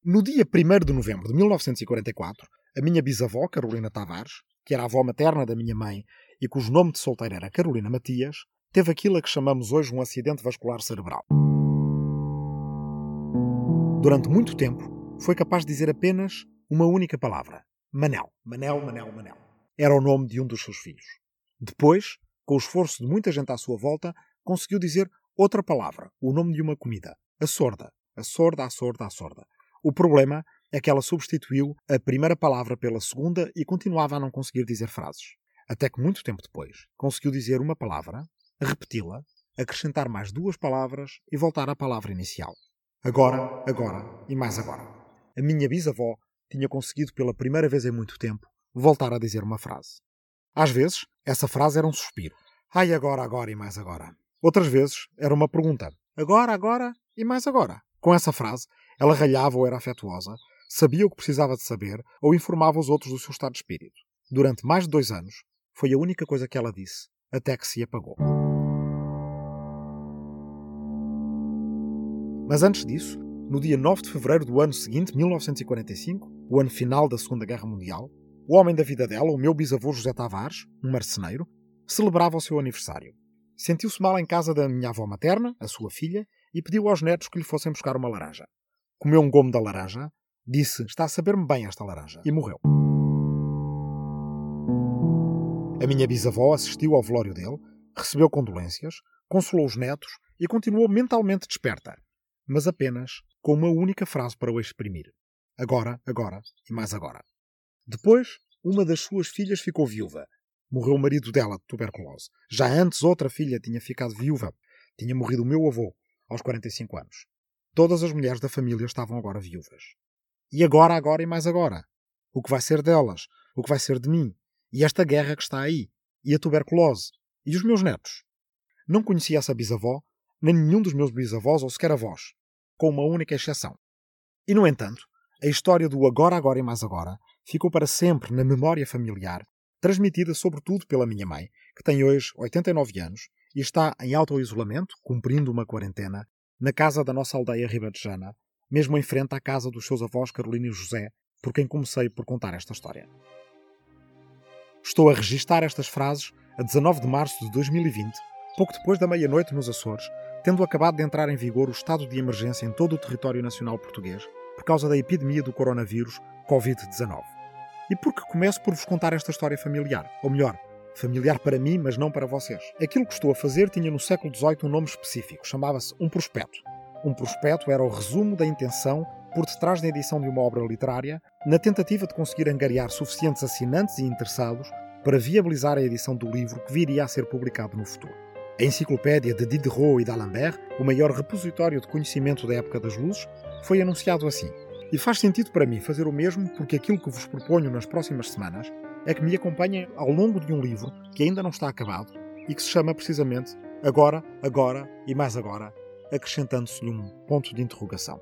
No dia 1º de novembro de 1944, a minha bisavó, Carolina Tavares, que era a avó materna da minha mãe e cujo nome de solteira era Carolina Matias, teve aquilo a que chamamos hoje um acidente vascular cerebral. Durante muito tempo, foi capaz de dizer apenas uma única palavra. Manel. Manel, Manel, Manel. Era o nome de um dos seus filhos. Depois, com o esforço de muita gente à sua volta, conseguiu dizer outra palavra, o nome de uma comida. A sorda. A sorda, a sorda, a sorda. O problema é que ela substituiu a primeira palavra pela segunda e continuava a não conseguir dizer frases. Até que muito tempo depois, conseguiu dizer uma palavra, repeti-la, acrescentar mais 2 palavras e voltar à palavra inicial. Agora, agora e mais agora. A minha bisavó tinha conseguido pela primeira vez em muito tempo voltar a dizer uma frase. Às vezes, essa frase era um suspiro. Ai, agora, agora e mais agora. Outras vezes, era uma pergunta. Agora, agora e mais agora. Com essa frase, ela ralhava ou era afetuosa, sabia o que precisava de saber ou informava os outros do seu estado de espírito. Durante mais de 2 anos, foi a única coisa que ela disse, até que se apagou. Mas antes disso, no dia 9 de fevereiro do ano seguinte, 1945, o ano final da Segunda Guerra Mundial, o homem da vida dela, o meu bisavô José Tavares, um marceneiro, celebrava o seu aniversário. Sentiu-se mal em casa da minha avó materna, a sua filha, e pediu aos netos que lhe fossem buscar uma laranja. Comeu um gomo da laranja, disse, está a saber-me bem esta laranja, e morreu. A minha bisavó assistiu ao velório dele, recebeu condolências, consolou os netos e continuou mentalmente desperta, mas apenas com uma única frase para o exprimir. Agora, agora e mais agora. Depois, uma das suas filhas ficou viúva. Morreu o marido dela de tuberculose. Já antes outra filha tinha ficado viúva. Tinha morrido o meu avô, aos 45 anos. Todas as mulheres da família estavam agora viúvas. E agora, agora e mais agora? O que vai ser delas? O que vai ser de mim? E esta guerra que está aí? E a tuberculose? E os meus netos? Não conhecia essa bisavó, nem nenhum dos meus bisavós ou sequer avós, com uma única exceção. E, no entanto, a história do agora, agora e mais agora ficou para sempre na memória familiar, transmitida sobretudo pela minha mãe, que tem hoje 89 anos e está em auto-isolamento, cumprindo uma quarentena, na casa da nossa aldeia ribadejana, mesmo em frente à casa dos seus avós Carolina e José, por quem comecei por contar esta história. Estou a registar estas frases a 19 de março de 2020, pouco depois da meia-noite nos Açores, tendo acabado de entrar em vigor o estado de emergência em todo o território nacional português por causa da epidemia do coronavírus Covid-19. E por que começo por vos contar esta história familiar? Ou melhor, familiar para mim, mas não para vocês. Aquilo que estou a fazer tinha no século XVIII um nome específico, chamava-se um prospecto. Um prospecto era o resumo da intenção por detrás da edição de uma obra literária, na tentativa de conseguir angariar suficientes assinantes e interessados para viabilizar a edição do livro que viria a ser publicado no futuro. A enciclopédia de Diderot e d'Alembert, o maior repositório de conhecimento da época das luzes, foi anunciado assim. E faz sentido para mim fazer o mesmo porque aquilo que vos proponho nas próximas semanas é que me acompanhem ao longo de um livro que ainda não está acabado e que se chama precisamente Agora, Agora e Mais Agora, acrescentando-se-lhe um ponto de interrogação.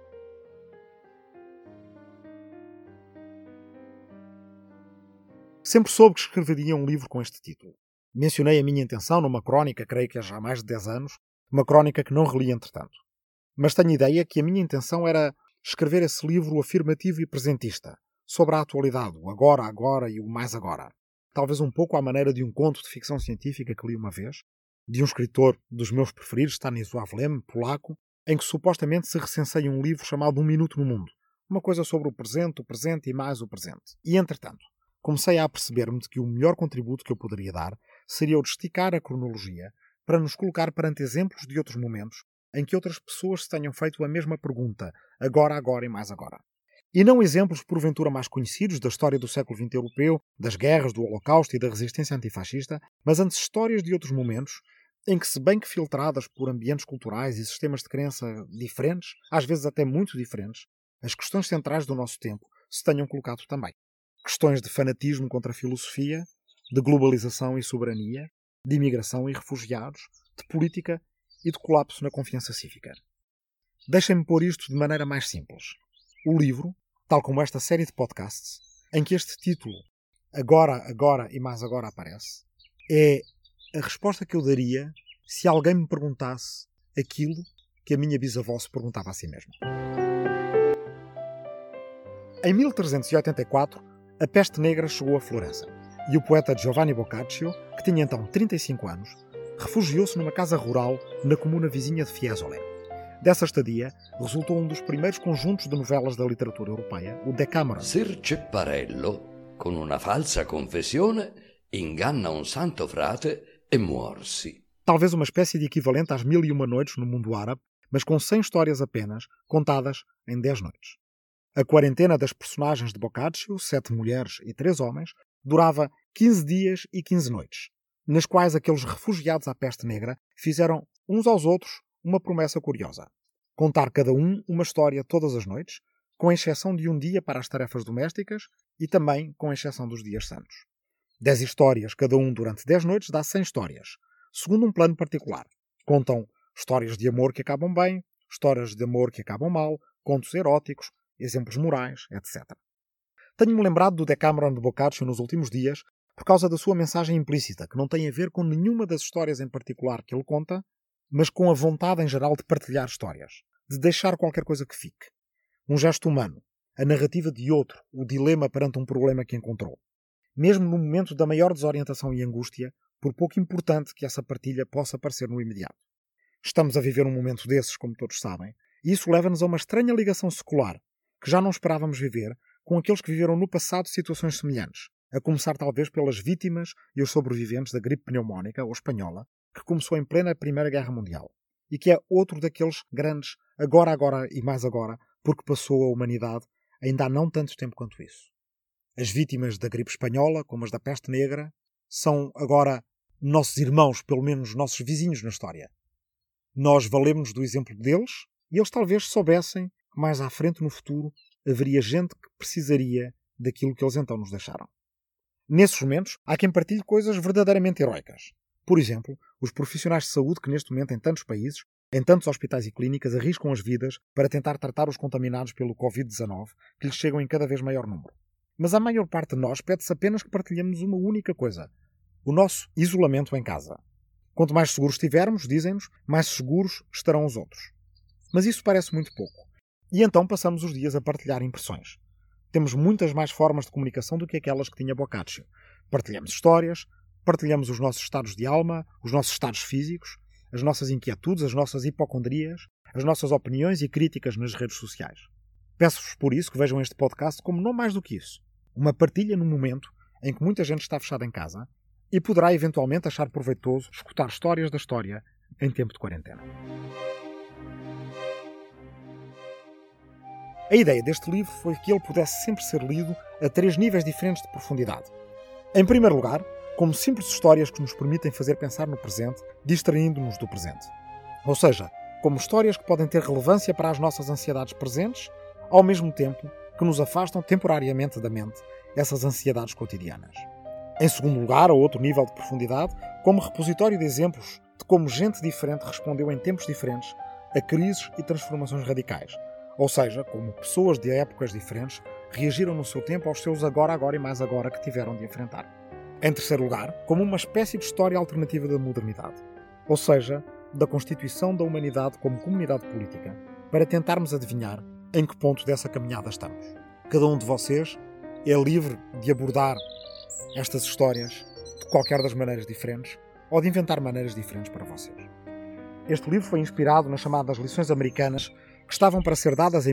Sempre soube que escreveria um livro com este título. Mencionei a minha intenção numa crónica, creio que há já mais de 10 anos, uma crónica que não reli entretanto. Mas tenho ideia que a minha intenção era escrever esse livro afirmativo e presentista, sobre a atualidade, o agora, agora e o mais agora. Talvez um pouco à maneira de um conto de ficção científica que li uma vez, de um escritor dos meus preferidos, Stanisław Lem, polaco, em que supostamente se recenseia um livro chamado Um Minuto no Mundo. Uma coisa sobre o presente e mais o presente. E, entretanto, comecei a aperceber-me de que o melhor contributo que eu poderia dar seria o de esticar a cronologia para nos colocar perante exemplos de outros momentos em que outras pessoas se tenham feito a mesma pergunta, agora, agora e mais agora. E não exemplos porventura mais conhecidos da história do século XX europeu, das guerras, do Holocausto e da resistência antifascista, mas antes histórias de outros momentos em que, se bem que filtradas por ambientes culturais e sistemas de crença diferentes, às vezes até muito diferentes, as questões centrais do nosso tempo se tenham colocado também. Questões de fanatismo contra a filosofia, de globalização e soberania, de imigração e refugiados, de política e de colapso na confiança cívica. Deixem-me pôr isto de maneira mais simples. O livro, tal como esta série de podcasts, em que este título, Agora, Agora e Mais Agora aparece, é a resposta que eu daria se alguém me perguntasse aquilo que a minha bisavó se perguntava a si mesma. Em 1384, a peste negra chegou a Florença e o poeta Giovanni Boccaccio, que tinha então 35 anos, refugiou-se numa casa rural na comuna vizinha de Fiesole. Dessa estadia resultou um dos primeiros conjuntos de novelas da literatura europeia, o Decameron. Ser Cepparello, con una falsa confessione, inganna un santo frate e muorsi. Talvez uma espécie de equivalente às 1001 Noites no mundo árabe, mas com 100 histórias apenas, contadas em 10 noites. A quarentena das personagens de Boccaccio, 7 mulheres e 3 homens, durava 15 dias e 15 noites, nas quais aqueles refugiados à peste negra fizeram uns aos outros uma promessa curiosa: contar cada um uma história todas as noites, com exceção de um dia para as tarefas domésticas e também com exceção dos dias santos. 10 histórias, cada um durante 10 noites, dá 100 histórias, segundo um plano particular. Contam histórias de amor que acabam bem, histórias de amor que acabam mal, contos eróticos, exemplos morais, etc. Tenho-me lembrado do Decameron de Boccaccio nos últimos dias por causa da sua mensagem implícita, que não tem a ver com nenhuma das histórias em particular que ele conta, mas com a vontade em geral de partilhar histórias, de deixar qualquer coisa que fique. Um gesto humano, a narrativa de outro, o dilema perante um problema que encontrou. Mesmo no momento da maior desorientação e angústia, por pouco importante que essa partilha possa parecer no imediato. Estamos a viver um momento desses, como todos sabem, e isso leva-nos a uma estranha ligação secular, que já não esperávamos viver, com aqueles que viveram no passado situações semelhantes, a começar talvez pelas vítimas e os sobreviventes da gripe pneumónica ou espanhola, que começou em plena Primeira Guerra Mundial, e que é outro daqueles grandes agora e mais agora, porque passou a humanidade ainda há não tanto tempo quanto isso. As vítimas da gripe espanhola, como as da peste negra, são agora nossos irmãos, pelo menos nossos vizinhos na história. Nós valemos do exemplo deles e eles talvez soubessem que mais à frente no futuro haveria gente que precisaria daquilo que eles então nos deixaram. Nesses momentos, há quem partilhe coisas verdadeiramente heroicas. Por exemplo, os profissionais de saúde que neste momento em tantos países, em tantos hospitais e clínicas, arriscam as vidas para tentar tratar os contaminados pelo Covid-19, que lhes chegam em cada vez maior número. Mas a maior parte de nós pede-se apenas que partilhemos uma única coisa: o nosso isolamento em casa. Quanto mais seguros estivermos, dizem-nos, mais seguros estarão os outros. Mas isso parece muito pouco. E então passamos os dias a partilhar impressões. Temos muitas mais formas de comunicação do que aquelas que tinha Boccaccio. Partilhamos histórias, partilhamos os nossos estados de alma, os nossos estados físicos, as nossas inquietudes, as nossas hipocondrias, as nossas opiniões e críticas nas redes sociais. Peço-vos por isso que vejam este podcast como não mais do que isso. Uma partilha num momento em que muita gente está fechada em casa e poderá eventualmente achar proveitoso escutar histórias da história em tempo de quarentena. A ideia deste livro foi que ele pudesse sempre ser lido a 3 níveis diferentes de profundidade. Em primeiro lugar, como simples histórias que nos permitem fazer pensar no presente, distraindo-nos do presente. Ou seja, como histórias que podem ter relevância para as nossas ansiedades presentes, ao mesmo tempo que nos afastam temporariamente da mente essas ansiedades cotidianas. Em segundo lugar, a outro nível de profundidade, como repositório de exemplos de como gente diferente respondeu em tempos diferentes a crises e transformações radicais. Ou seja, como pessoas de épocas diferentes reagiram no seu tempo aos seus agora e mais agora que tiveram de enfrentar. Em terceiro lugar, como uma espécie de história alternativa da modernidade. Ou seja, da constituição da humanidade como comunidade política, para tentarmos adivinhar em que ponto dessa caminhada estamos. Cada um de vocês é livre de abordar estas histórias de qualquer das maneiras diferentes ou de inventar maneiras diferentes para vocês. Este livro foi inspirado nas chamadas lições americanas que estavam para ser dadas em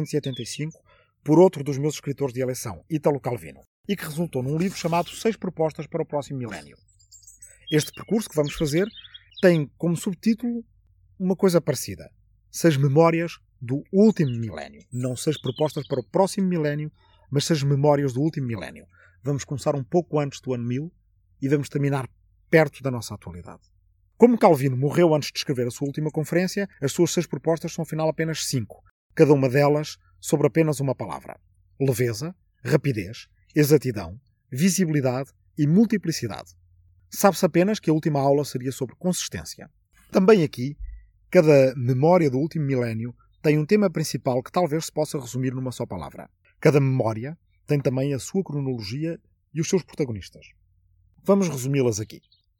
1985 por outro dos meus escritores de eleição, Ítalo Calvino, e que resultou num livro chamado 6 propostas para o próximo milénio. Este percurso que vamos fazer tem como subtítulo uma coisa parecida: 6 memórias do último milénio. Não 6 propostas para o próximo milénio, mas 6 memórias do último milénio. Vamos começar um pouco antes do ano 1000 e vamos terminar perto da nossa atualidade. Como Calvino morreu antes de escrever a sua última conferência, as suas 6 propostas são afinal apenas 5, cada uma delas sobre apenas uma palavra: leveza, rapidez, exatidão, visibilidade e multiplicidade. Sabe-se apenas que a última aula seria sobre consistência. Também aqui, cada memória do último milénio tem um tema principal que talvez se possa resumir numa só palavra. Cada memória tem também a sua cronologia e os seus protagonistas. Vamos resumi-las aqui.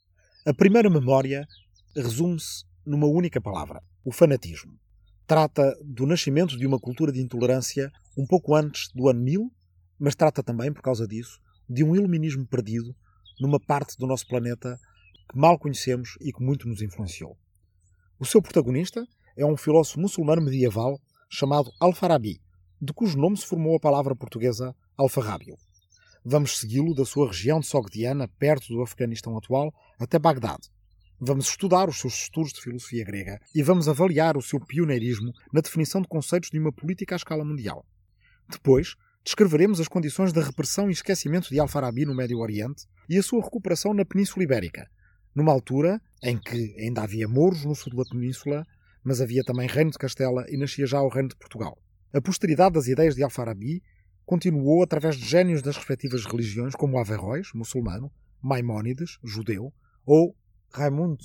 A primeira memória resume-se numa única palavra: o fanatismo. Trata do nascimento de uma cultura de intolerância um pouco antes do ano 1000, mas trata também, por causa disso, de um iluminismo perdido numa parte do nosso planeta que mal conhecemos e que muito nos influenciou. O seu protagonista é um filósofo muçulmano medieval chamado Al-Farabi, de cujo nome se formou a palavra portuguesa alfarrábio. Vamos segui-lo da sua região de Sogdiana, perto do Afeganistão atual, até Bagdade. Vamos estudar os seus estudos de filosofia grega e vamos avaliar o seu pioneirismo na definição de conceitos de uma política à escala mundial. Depois, descreveremos as condições da repressão e esquecimento de Al-Farabi no Médio Oriente e a sua recuperação na Península Ibérica, numa altura em que ainda havia mouros no sul da península, mas havia também Reino de Castela e nascia já o Reino de Portugal. A posteridade das ideias de Al-Farabi continuou através de génios das respectivas religiões, como Averroes, muçulmano, Maimónides, judeu, ou Raimundo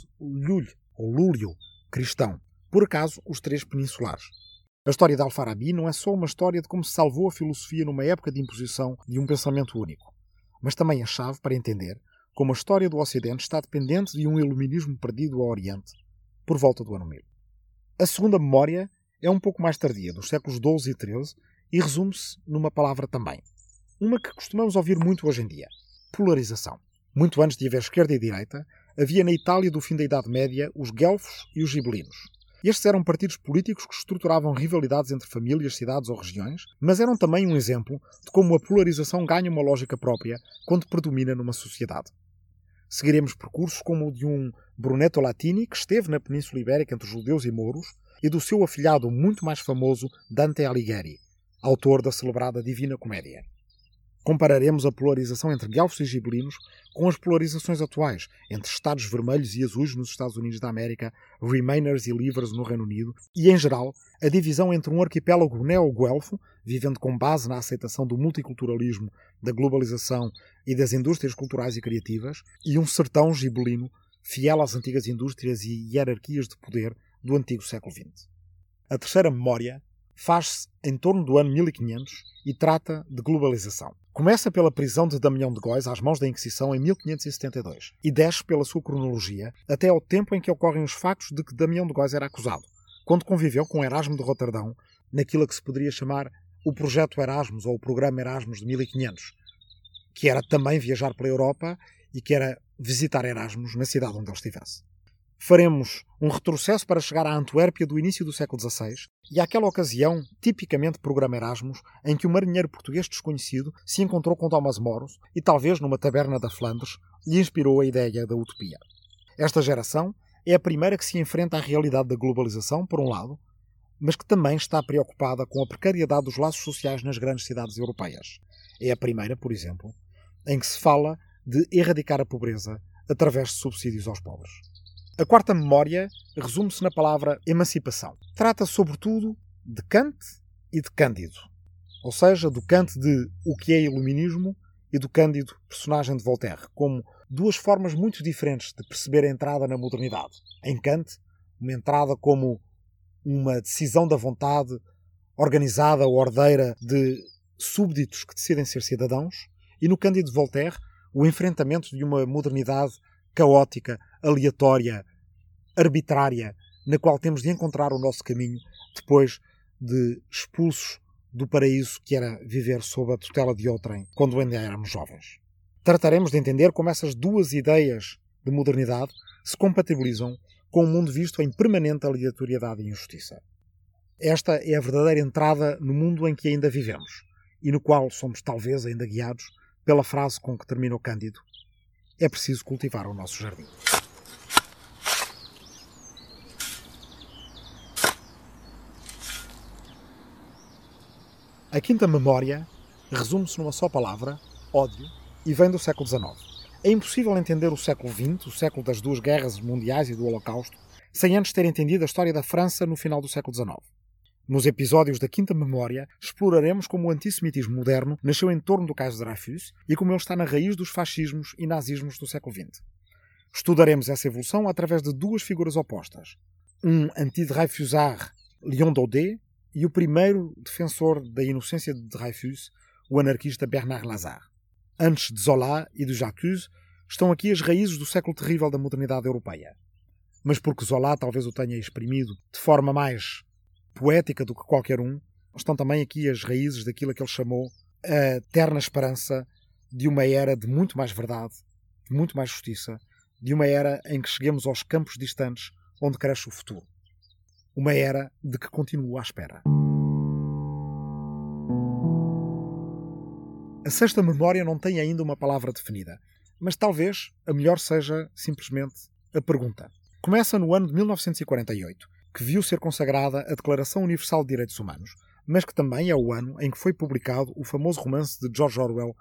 Lúlio, cristão, por acaso os três peninsulares. A história de Al-Farabi não é só uma história de como se salvou a filosofia numa época de imposição de um pensamento único, mas também a chave para entender como a história do Ocidente está dependente de um iluminismo perdido ao Oriente por volta do ano 1000. A segunda memória é um pouco mais tardia, dos séculos XII e XIII, e resume-se numa palavra também. Uma que costumamos ouvir muito hoje em dia. Polarização. Muito antes de haver esquerda e direita, havia na Itália do fim da Idade Média os guelfos e os gibelinos. Estes eram partidos políticos que estruturavam rivalidades entre famílias, cidades ou regiões, mas eram também um exemplo de como a polarização ganha uma lógica própria quando predomina numa sociedade. Seguiremos percursos como o de um Brunetto Latini, que esteve na Península Ibérica entre judeus e mouros, e do seu afilhado muito mais famoso, Dante Alighieri, autor da celebrada Divina Comédia. Compararemos a polarização entre guelfos e gibelinos com as polarizações atuais entre Estados vermelhos e azuis nos Estados Unidos da América, Remainers e Leavers no Reino Unido e, em geral, a divisão entre um arquipélago neo-guelfo, vivendo com base na aceitação do multiculturalismo, da globalização e das indústrias culturais e criativas, e um sertão gibelino, fiel às antigas indústrias e hierarquias de poder do antigo século XX. A terceira memória faz-se em torno do ano 1500 e trata de globalização. Começa pela prisão de Damião de Góis às mãos da Inquisição em 1572 e desce pela sua cronologia até ao tempo em que ocorrem os factos de que Damião de Góis era acusado, quando conviveu com Erasmo de Roterdão naquilo que se poderia chamar o Projeto Erasmus ou o Programa Erasmus de 1500, que era também viajar pela Europa e que era visitar Erasmus na cidade onde ele estivesse. Faremos um retrocesso para chegar à Antuérpia do início do século XVI e àquela ocasião, tipicamente programa Erasmus, em que o marinheiro português desconhecido se encontrou com Thomas Moros e talvez numa taberna da Flandres lhe inspirou a ideia da utopia. Esta geração é a primeira que se enfrenta à realidade da globalização, por um lado, mas que também está preocupada com a precariedade dos laços sociais nas grandes cidades europeias. É a primeira, por exemplo, em que se fala de erradicar a pobreza através de subsídios aos pobres. A quarta memória resume-se na palavra emancipação. Trata sobretudo de Kant e de Cândido, ou seja, do Kant de O que é Iluminismo e do Cândido, personagem de Voltaire, como duas formas muito diferentes de perceber a entrada na modernidade. Em Kant, uma entrada como uma decisão da vontade organizada ou ordeira de súbditos que decidem ser cidadãos, e no Cândido de Voltaire, o enfrentamento de uma modernidade caótica, aleatória, arbitrária, na qual temos de encontrar o nosso caminho depois de expulsos do paraíso que era viver sob a tutela de outrem quando ainda éramos jovens. Trataremos de entender como essas duas ideias de modernidade se compatibilizam com um mundo visto em permanente aleatoriedade e injustiça. Esta é a verdadeira entrada no mundo em que ainda vivemos e no qual somos talvez ainda guiados pela frase com que termina o Cândido: é preciso cultivar o nosso jardim. A quinta memória resume-se numa só palavra, ódio, e vem do século XIX. É impossível entender o século XX, o século das duas guerras mundiais e do Holocausto, sem antes ter entendido a história da França no final do século XIX. Nos episódios da quinta memória, exploraremos como o antissemitismo moderno nasceu em torno do caso de Dreyfus e como ele está na raiz dos fascismos e nazismos do século XX. Estudaremos essa evolução através de duas figuras opostas. Um anti-Dreyfusard, Léon Daudet, e o primeiro defensor da inocência de Dreyfus, o anarquista Bernard Lazare. Antes de Zola e de J'accuse, estão aqui as raízes do século terrível da modernidade europeia. Mas porque Zola talvez o tenha exprimido de forma mais poética do que qualquer um, estão também aqui as raízes daquilo que ele chamou a eterna esperança de uma era de muito mais verdade, de muito mais justiça, de uma era em que cheguemos aos campos distantes onde cresce o futuro. Uma era de que continuo à espera. A sexta memória não tem ainda uma palavra definida, mas talvez a melhor seja simplesmente a pergunta. Começa no ano de 1948, que viu ser consagrada a Declaração Universal de Direitos Humanos, mas que também é o ano em que foi publicado o famoso romance de George Orwell,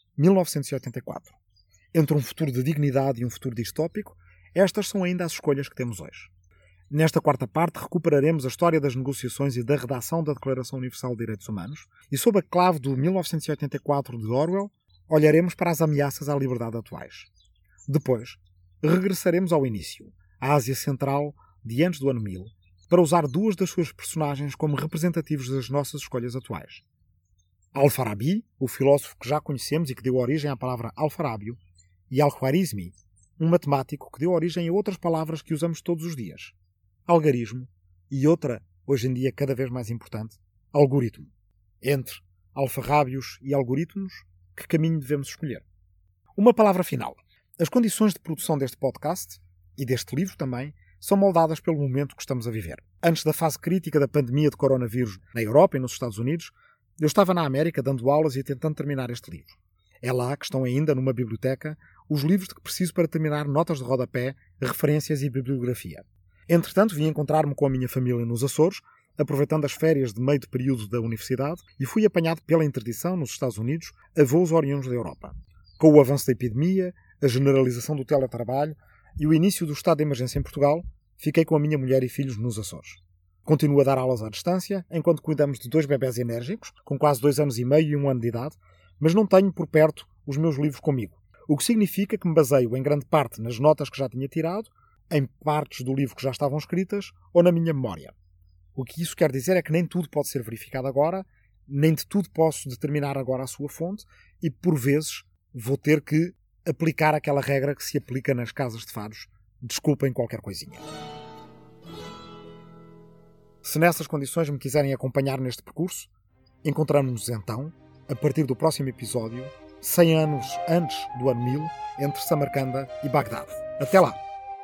1984. Entre um futuro de dignidade e um futuro distópico, estas são ainda as escolhas que temos hoje. Nesta quarta parte recuperaremos a história das negociações e da redação da Declaração Universal de Direitos Humanos e, sob a clave do 1984 de Orwell, olharemos para as ameaças à liberdade atuais. Depois, regressaremos ao início, à Ásia Central de antes do ano 1000, para usar duas das suas personagens como representativos das nossas escolhas atuais. Al-Farabi, o filósofo que já conhecemos e que deu origem à palavra Al-Farábio, e Al-Khwarizmi, um matemático que deu origem a outras palavras que usamos todos os dias. Algarismo e outra, hoje em dia cada vez mais importante, algoritmo. Entre alfarrábios e algoritmos, que caminho devemos escolher? Uma palavra final. As condições de produção deste podcast, e deste livro também, são moldadas pelo momento que estamos a viver. Antes da fase crítica da pandemia de coronavírus na Europa e nos Estados Unidos, eu estava na América dando aulas e tentando terminar este livro. É lá que estão ainda, numa biblioteca, os livros de que preciso para terminar notas de rodapé, referências e bibliografia. Entretanto, vim encontrar-me com a minha família nos Açores, aproveitando as férias de meio de período da universidade, e fui apanhado pela interdição nos Estados Unidos a voos oriundos da Europa. Com o avanço da epidemia, a generalização do teletrabalho e o início do estado de emergência em Portugal, fiquei com a minha mulher e filhos nos Açores. Continuo a dar aulas à distância, enquanto cuidamos de 2 bebés enérgicos, com quase 2 anos e meio e 1 ano de idade, mas não tenho por perto os meus livros comigo. O que significa que me baseio em grande parte nas notas que já tinha tirado, em partes do livro que já estavam escritas ou na minha memória. O que isso quer dizer é que nem tudo pode ser verificado agora, nem de tudo posso determinar agora a sua fonte e, por vezes, vou ter que aplicar aquela regra que se aplica nas casas de fados. Desculpem qualquer coisinha. Se nessas condições me quiserem acompanhar neste percurso, encontramos-nos então, a partir do próximo episódio, 100 anos antes do ano 1000, entre Samarcanda e Bagdade. Até lá!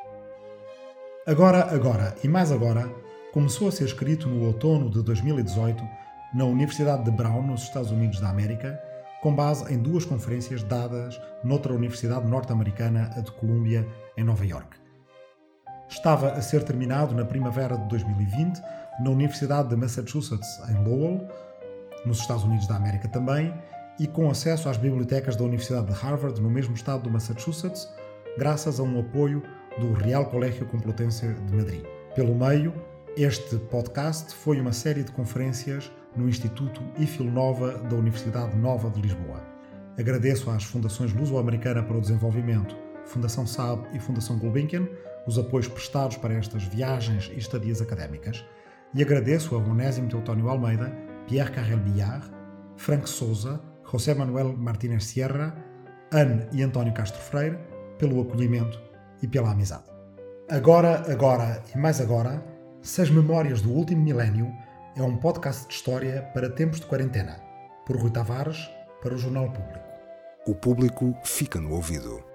Agora e mais agora, começou a ser escrito no outono de 2018 na Universidade de Brown, nos Estados Unidos da América, com base em 2 conferências dadas noutra universidade norte-americana, a de Columbia, em Nova York. Estava a ser terminado na primavera de 2020 na Universidade de Massachusetts, em Lowell, nos Estados Unidos da América também, e com acesso às bibliotecas da Universidade de Harvard, no mesmo estado do Massachusetts, graças a um apoio do Real Colégio Complutense de Madrid. Pelo meio, este podcast foi uma série de conferências no Instituto IFIL Nova da Universidade Nova de Lisboa. Agradeço às Fundações Luso-Americana para o Desenvolvimento, Fundação SAB e Fundação Gulbenkian, os apoios prestados para estas viagens e estadias académicas, e agradeço a Onésimo Teutónio Almeida, Pierre Carrel Billard, Frank Souza, José Manuel Martínez Sierra, Anne e António Castro Freire, pelo acolhimento e pela amizade. Agora e mais agora, 6 Memórias do Último Milénio é um podcast de história para tempos de quarentena, por Rui Tavares, para o Jornal Público. O público fica no ouvido.